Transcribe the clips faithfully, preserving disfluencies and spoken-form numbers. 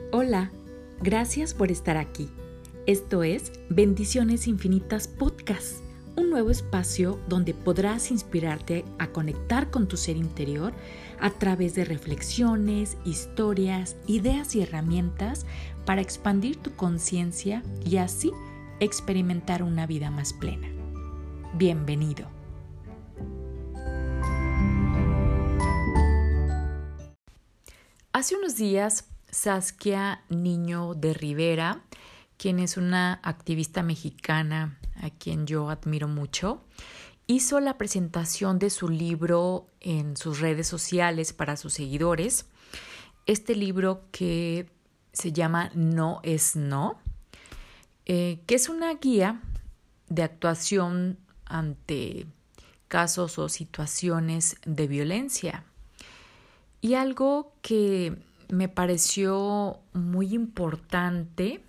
Hola, gracias por estar aquí. Esto es Bendiciones Infinitas Podcast, un nuevo espacio donde podrás inspirarte a conectar con tu ser interior a través de reflexiones, historias, ideas y herramientas para expandir tu conciencia y así experimentar una vida más plena. Bienvenido. Hace unos días, Saskia Niño de Rivera, quien es una activista mexicana a quien yo admiro mucho, hizo la presentación de su libro en sus redes sociales para sus seguidores. Este libro que se llama No es No, eh, que es una guía de actuación ante casos o situaciones de violencia. Y algo que me pareció muy importante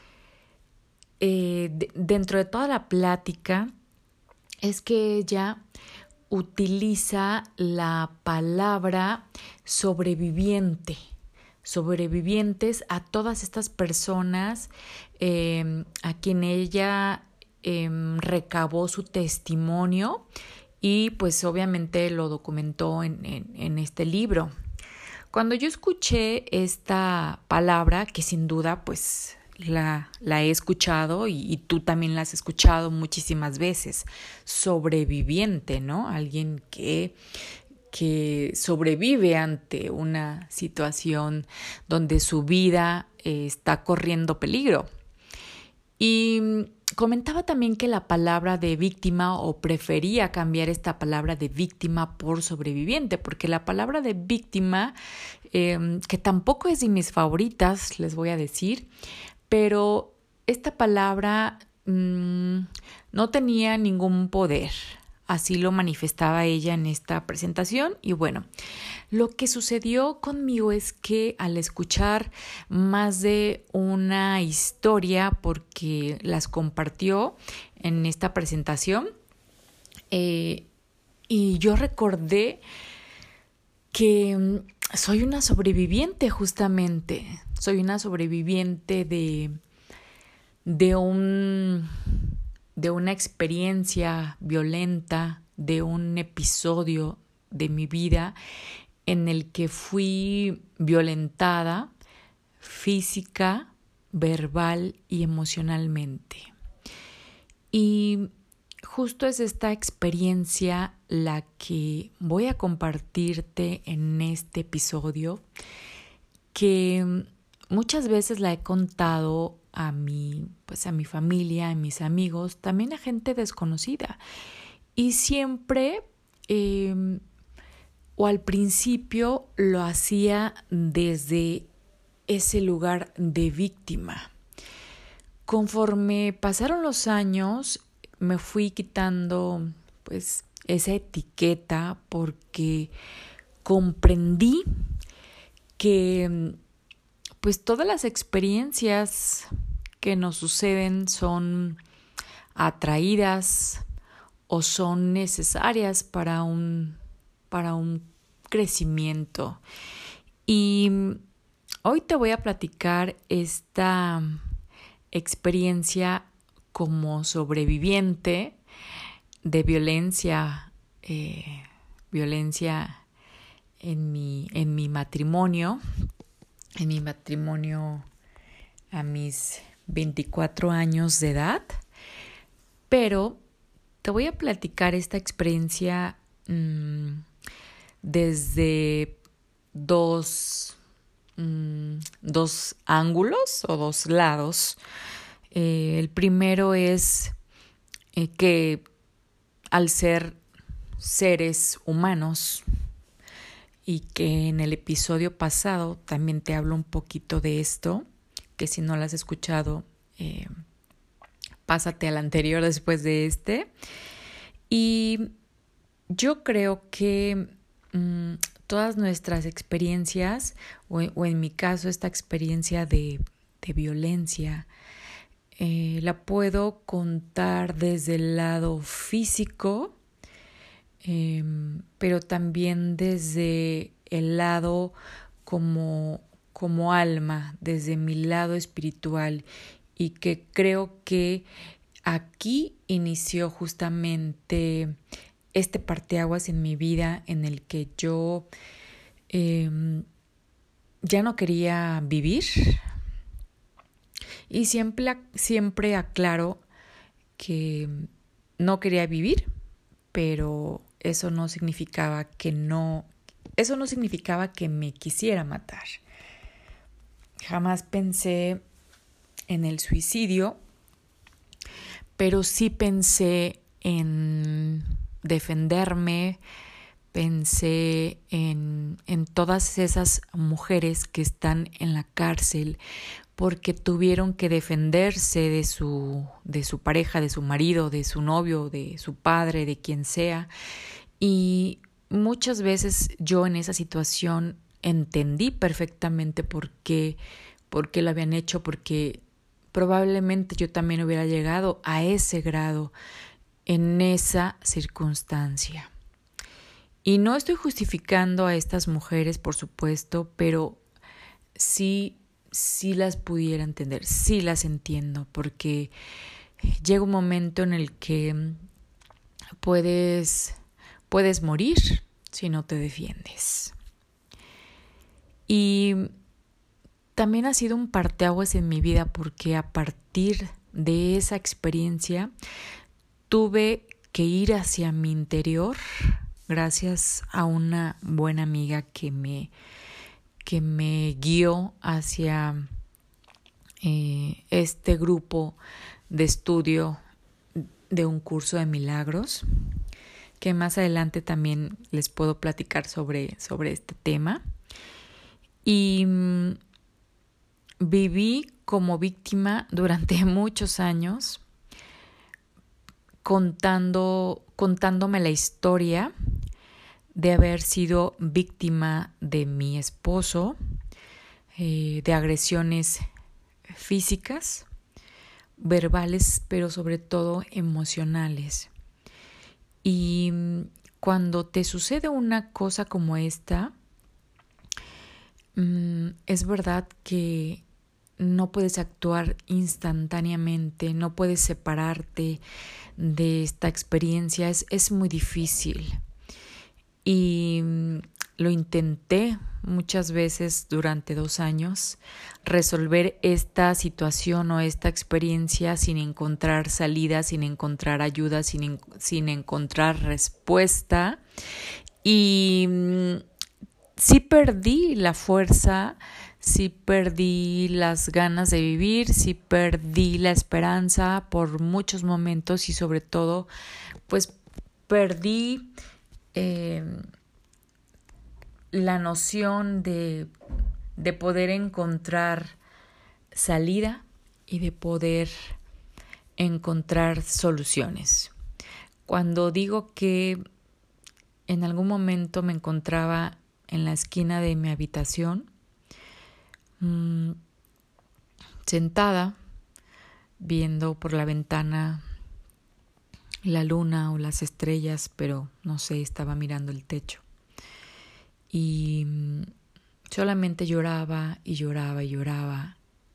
eh, de, dentro de toda la plática es que ella utiliza la palabra sobreviviente, sobrevivientes a todas estas personas eh, a quien ella eh, recabó su testimonio y pues obviamente lo documentó en, en, en este libro. Cuando yo escuché esta palabra, que sin duda pues la, la he escuchado y, y tú también la has escuchado muchísimas veces, sobreviviente, ¿no? Alguien que, que sobrevive ante una situación donde su vida eh, está corriendo peligro. Y comentaba también que la palabra de víctima, o prefería cambiar esta palabra de víctima por sobreviviente, porque la palabra de víctima, eh, que tampoco es de mis favoritas, les voy a decir, pero esta palabra mmm, no tenía ningún poder. Así lo manifestaba ella en esta presentación y bueno, lo que sucedió conmigo es que al escuchar más de una historia, porque las compartió en esta presentación, eh, y yo recordé que soy una sobreviviente justamente, soy una sobreviviente de, de un... de una experiencia violenta, de un episodio de mi vida en el que fui violentada física, verbal y emocionalmente. Y justo es esta experiencia la que voy a compartirte en este episodio, que muchas veces la he contado a mi, pues a mi familia, a mis amigos, también a gente desconocida. Y siempre, eh, o al principio, lo hacía desde ese lugar de víctima. Conforme pasaron los años, me fui quitando, pues, esa etiqueta porque comprendí que pues todas las experiencias que nos suceden son atraídas o son necesarias para un, para un crecimiento. Y hoy te voy a platicar esta experiencia como sobreviviente de violencia, eh, violencia en mi, en mi matrimonio. En mi matrimonio a mis veinticuatro años de edad, pero te voy a platicar esta experiencia mmm, desde dos, mmm, dos ángulos o dos lados. Eh, el primero es eh, que al ser seres humanos, y que en el episodio pasado también te hablo un poquito de esto, que si no lo has escuchado, eh, pásate al anterior después de este. Y yo creo que mmm, todas nuestras experiencias, o, o en mi caso esta experiencia de, de violencia, eh, la puedo contar desde el lado físico, Eh, pero también desde el lado como, como alma, desde mi lado espiritual, y que creo que aquí inició justamente este parteaguas en mi vida en el que yo eh, ya no quería vivir. Y siempre, siempre aclaro que no quería vivir, pero eso no significaba que no, eso no significaba que me quisiera matar. Jamás pensé en el suicidio, pero sí pensé en defenderme, pensé en, en todas esas mujeres que están en la cárcel porque tuvieron que defenderse de su, de su pareja, de su marido, de su novio, de su padre, de quien sea. Y muchas veces yo en esa situación entendí perfectamente por qué, por qué lo habían hecho, porque probablemente yo también hubiera llegado a ese grado en esa circunstancia. Y no estoy justificando a estas mujeres, por supuesto, pero sí, sí las pudiera entender, sí las entiendo, porque llega un momento en el que puedes, puedes morir si no te defiendes. Y también ha sido un parteaguas en mi vida porque a partir de esa experiencia tuve que ir hacia mi interior gracias a una buena amiga que me, que me guió hacia eh, este grupo de estudio de un curso de milagros, que más adelante también les puedo platicar sobre, sobre este tema. Y mmm, viví como víctima durante muchos años, contando, contándome la historia de haber sido víctima de mi esposo, eh, de agresiones físicas, verbales, pero sobre todo emocionales. Y cuando te sucede una cosa como esta, mmm, es verdad que no puedes actuar instantáneamente, no puedes separarte de esta experiencia, es, es muy difícil. Y lo intenté muchas veces durante dos años, resolver esta situación o esta experiencia sin encontrar salida, sin encontrar ayuda, sin, sin encontrar respuesta. Y sí perdí la fuerza, sí perdí las ganas de vivir, sí perdí la esperanza por muchos momentos y sobre todo, pues perdí eh, la noción de, de poder encontrar salida y de poder encontrar soluciones. Cuando digo que en algún momento me encontraba en la esquina de mi habitación, mmm, sentada, viendo por la ventana la luna o las estrellas, pero no sé, estaba mirando el techo. Y solamente lloraba y lloraba y lloraba.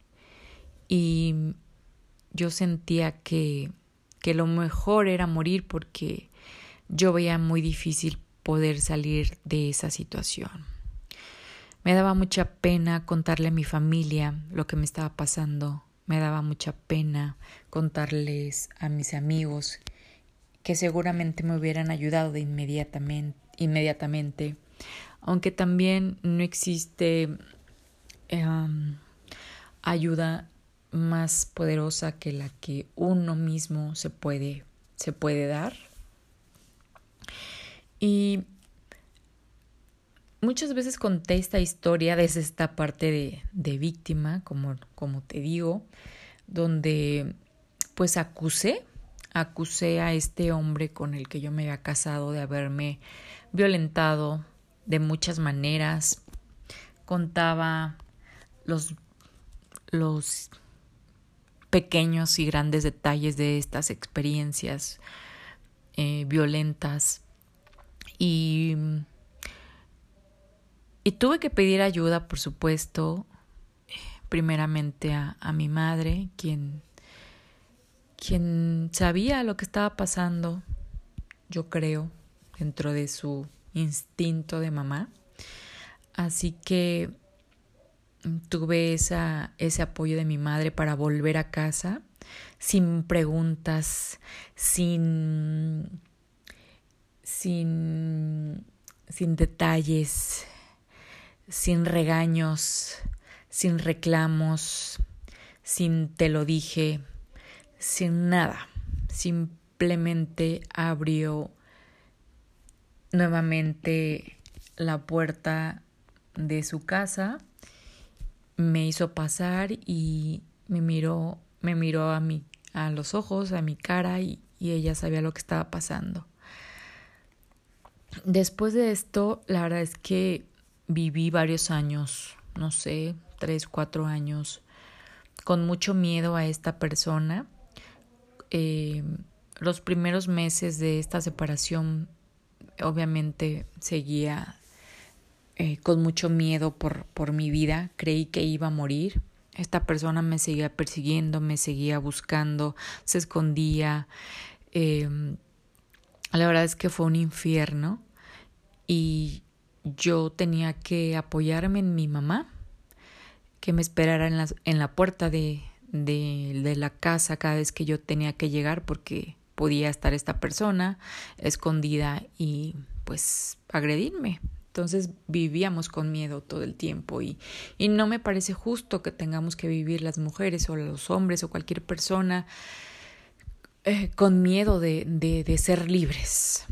Y yo sentía que, que lo mejor era morir porque yo veía muy difícil poder salir de esa situación. Me daba mucha pena contarle a mi familia lo que me estaba pasando. Me daba mucha pena contarles a mis amigos que seguramente me hubieran ayudado de inmediatamente, inmediatamente. Aunque también no existe um, ayuda más poderosa que la que uno mismo se puede, se puede dar. Y muchas veces conté esta historia desde esta parte de, de víctima, como, como te digo, donde pues acusé, acusé a este hombre con el que yo me había casado de haberme violentado de muchas maneras. Contaba los, los pequeños y grandes detalles de estas experiencias eh, violentas y, y tuve que pedir ayuda, por supuesto. primeramente a, a mi madre, quien, quien sabía lo que estaba pasando, yo creo, dentro de su instinto de mamá. Así que tuve esa, ese apoyo de mi madre para volver a casa sin preguntas, sin, sin, sin detalles, sin regaños, sin reclamos, sin te lo dije, sin nada. Simplemente abrió nuevamente la puerta de su casa, me hizo pasar y me miró, me miró a mí, a los ojos, a mi cara, y, y ella sabía lo que estaba pasando. Después de esto, la verdad es que viví varios años, no sé, tres, cuatro años, con mucho miedo a esta persona. Eh, los primeros meses de esta separación, obviamente seguía eh, con mucho miedo por, por mi vida. Creí que iba a morir. Esta persona me seguía persiguiendo, me seguía buscando, se escondía. Eh, la verdad es que fue un infierno y yo tenía que apoyarme en mi mamá, que me esperara en la, en la puerta de, de, de la casa cada vez que yo tenía que llegar, porque podía estar esta persona escondida y pues agredirme. Entonces vivíamos con miedo todo el tiempo y, y no me parece justo que tengamos que vivir las mujeres o los hombres o cualquier persona eh, con miedo de, de, de ser libres.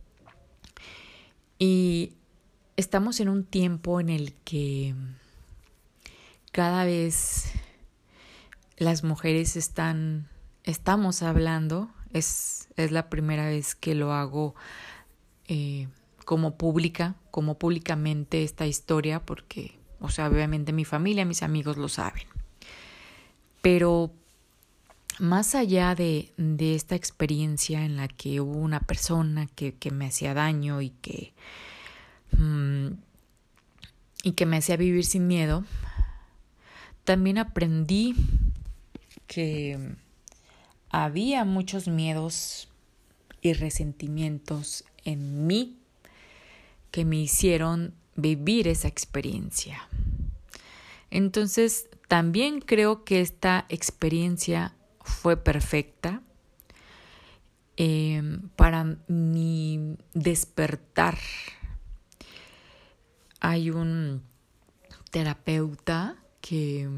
Y estamos en un tiempo en el que cada vez las mujeres están, estamos hablando, es, es la primera vez que lo hago eh, como pública, como públicamente esta historia, porque, o sea, obviamente mi familia, mis amigos lo saben. Pero más allá de, de esta experiencia en la que hubo una persona que, que me hacía daño y que, mmm, y que me hacía vivir sin miedo, también aprendí que había muchos miedos y resentimientos en mí que me hicieron vivir esa experiencia. Entonces, también creo que esta experiencia fue perfecta eh, para mi despertar. Hay un terapeuta que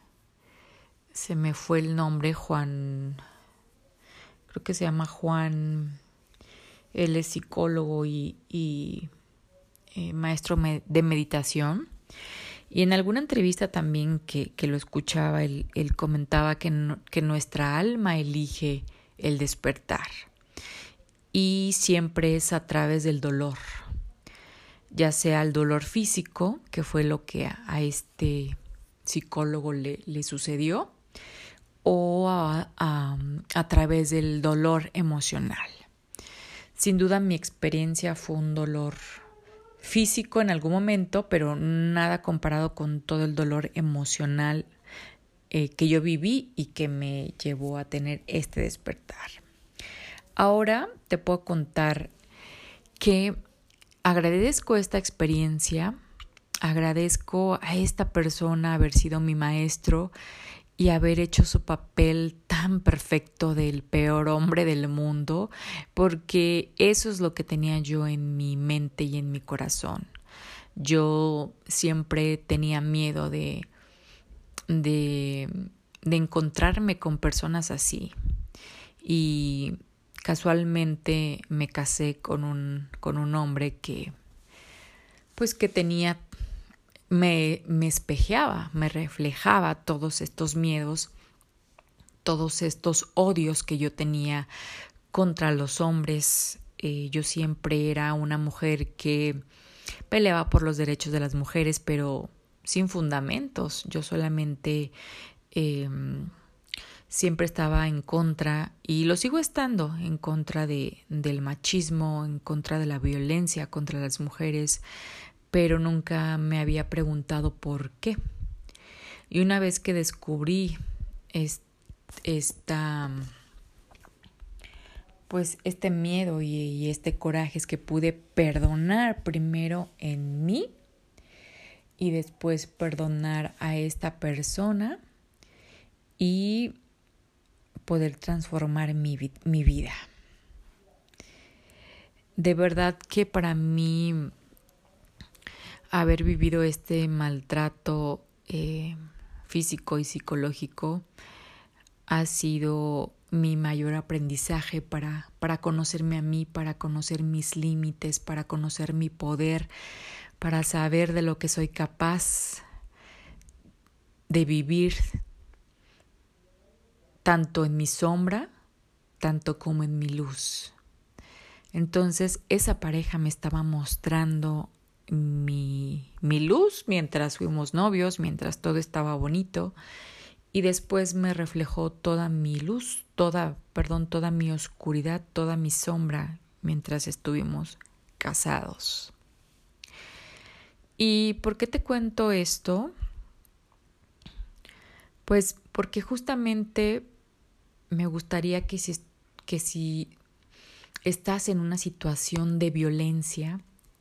se me fue el nombre, Juan, creo que se llama Juan, él es psicólogo y, y eh, maestro de meditación. Y en alguna entrevista también que, que lo escuchaba, él, él comentaba que, no, que nuestra alma elige el despertar. Y siempre es a través del dolor, ya sea el dolor físico, que fue lo que a, a este psicólogo le, le sucedió, o a, a, a través del dolor emocional. Sin duda mi experiencia fue un dolor físico en algún momento, pero nada comparado con todo el dolor emocional eh, que yo viví y que me llevó a tener este despertar. Ahora te puedo contar que agradezco esta experiencia, agradezco a esta persona haber sido mi maestro y haber hecho su papel tan perfecto del peor hombre del mundo, porque eso es lo que tenía yo en mi mente y en mi corazón. Yo siempre tenía miedo de, de, de encontrarme con personas así. Y casualmente me casé con un, con un hombre que, pues que tenía... Me, me espejeaba, me reflejaba todos estos miedos, todos estos odios que yo tenía contra los hombres. Eh, yo siempre era una mujer que peleaba por los derechos de las mujeres, pero sin fundamentos. Yo solamente eh, siempre estaba en contra, y lo sigo estando, en contra de, del machismo, en contra de la violencia contra las mujeres, pero nunca me había preguntado por qué. Y una vez que descubrí es, esta, pues este miedo y, y este coraje, es que pude perdonar primero en mí y después perdonar a esta persona y poder transformar mi, mi vida. De verdad que para mí haber vivido este maltrato eh, físico y psicológico ha sido mi mayor aprendizaje para, para conocerme a mí, para conocer mis límites, para conocer mi poder, para saber de lo que soy capaz de vivir tanto en mi sombra, tanto como en mi luz. Entonces esa pareja me estaba mostrando mi, mi luz mientras fuimos novios, mientras todo estaba bonito, y después me reflejó toda mi luz, toda, perdón, toda mi oscuridad, toda mi sombra mientras estuvimos casados. ¿Y por qué te cuento esto? Pues porque justamente me gustaría que si, que si estás en una situación de violencia,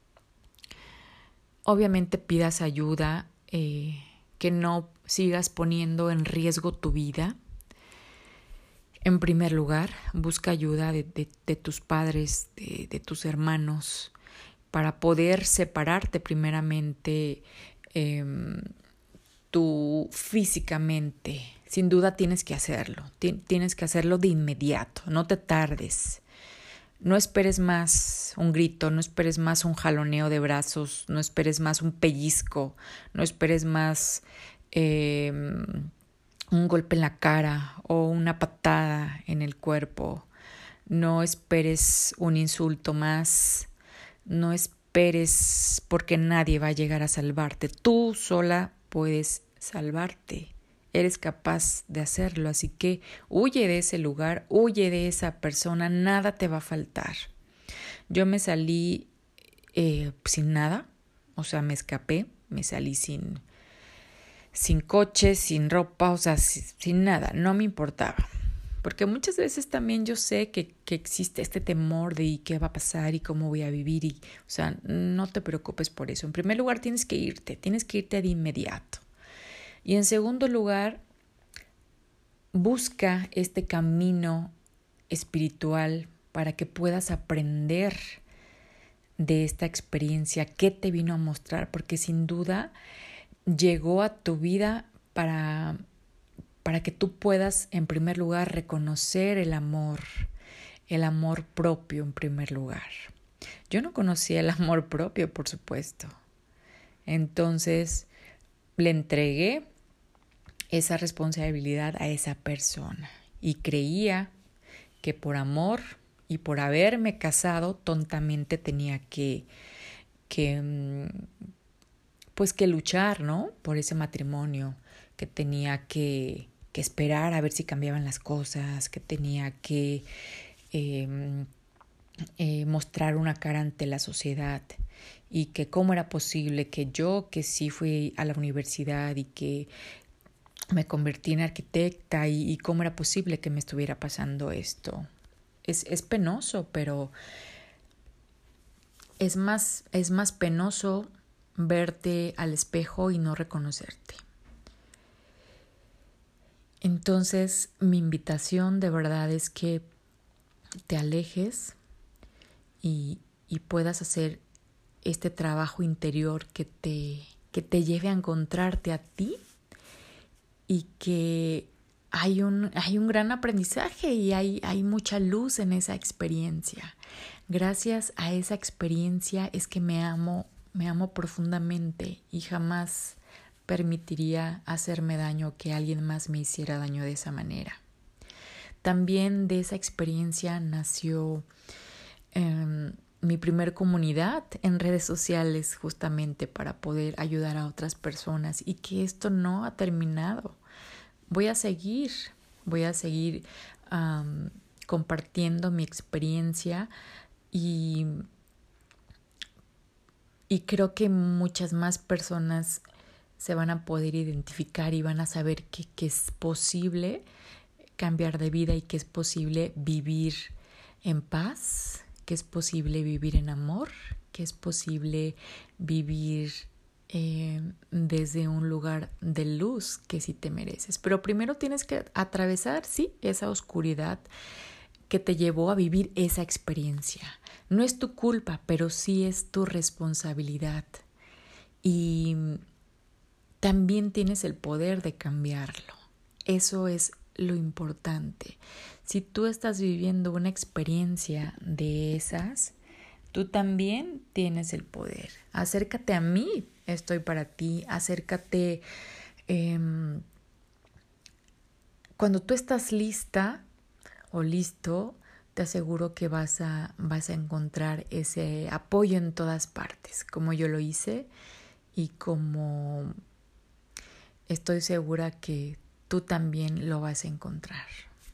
obviamente pidas ayuda, eh, que no sigas poniendo en riesgo tu vida. En primer lugar, busca ayuda de, de, de tus padres, de, de tus hermanos, para poder separarte primeramente eh, tú físicamente. Sin duda tienes que hacerlo, T- tienes que hacerlo de inmediato, no te tardes. No esperes más un grito, no esperes más un jaloneo de brazos, no esperes más un pellizco, no esperes más eh, un golpe en la cara o una patada en el cuerpo. No esperes un insulto más, no esperes porque nadie va a llegar a salvarte. Tú sola puedes salvarte. Eres capaz de hacerlo, así que huye de ese lugar, huye de esa persona, nada te va a faltar. Yo me salí eh, sin nada, o sea, me escapé, me salí sin, sin coche, sin ropa, o sea, sin, sin nada, no me importaba. Porque muchas veces también yo sé que, que existe este temor de ¿y qué va a pasar y cómo voy a vivir? Y, o sea, no te preocupes por eso. En primer lugar, tienes que irte, tienes que irte de inmediato. Y en segundo lugar, busca este camino espiritual para que puedas aprender de esta experiencia, qué te vino a mostrar, porque sin duda llegó a tu vida para, para que tú puedas en primer lugar reconocer el amor, el amor propio en primer lugar. Yo no conocía el amor propio, por supuesto. Entonces le entregué esa responsabilidad a esa persona y creía que por amor y por haberme casado tontamente tenía que, que pues que luchar, ¿no? Por ese matrimonio, que tenía que, que esperar a ver si cambiaban las cosas, que tenía que eh, eh, mostrar una cara ante la sociedad y que cómo era posible que yo, que sí fui a la universidad y que me convertí en arquitecta y, y cómo era posible que me estuviera pasando esto. Es, es penoso, pero es más, es más penoso verte al espejo y no reconocerte. Entonces, mi invitación de verdad es que te alejes y, y puedas hacer este trabajo interior que te, que te lleve a encontrarte a ti y que hay un, hay un gran aprendizaje y hay, hay mucha luz en esa experiencia. Gracias a esa experiencia es que me amo, me amo profundamente y jamás permitiría hacerme daño, que alguien más me hiciera daño de esa manera. También de esa experiencia nació eh, mi primer comunidad en redes sociales, justamente para poder ayudar a otras personas, y que esto no ha terminado. Voy a seguir, voy a seguir um, compartiendo mi experiencia y, y creo que muchas más personas se van a poder identificar y van a saber que, que es posible cambiar de vida y que es posible vivir en paz, que es posible vivir en amor, que es posible vivir eh, desde un lugar de luz que sí te mereces. Pero primero tienes que atravesar, sí, esa oscuridad que te llevó a vivir esa experiencia. No es tu culpa, pero sí es tu responsabilidad. Y también tienes el poder de cambiarlo. Eso es lo importante. Si tú estás viviendo una experiencia de esas, tú también tienes el poder. Acércate a mí, estoy para ti. Acércate. Eh, cuando tú estás lista o listo, te aseguro que vas a, vas a encontrar ese apoyo en todas partes, como yo lo hice y como estoy segura que tú también lo vas a encontrar.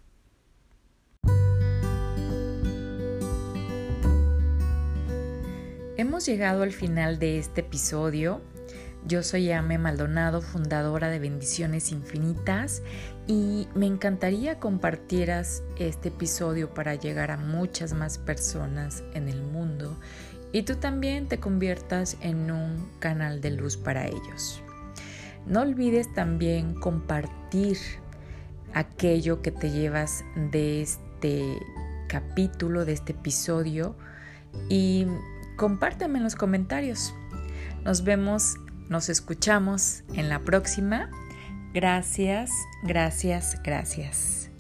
Hemos llegado al final de este episodio. Yo soy Ame Maldonado, fundadora de Bendiciones Infinitas, y me encantaría compartieras este episodio para llegar a muchas más personas en el mundo y tú también te conviertas en un canal de luz para ellos. No olvides también compartir aquello que te llevas de este capítulo, de este episodio, y compárteme en los comentarios. Nos vemos, nos escuchamos en la próxima. Gracias, gracias, gracias.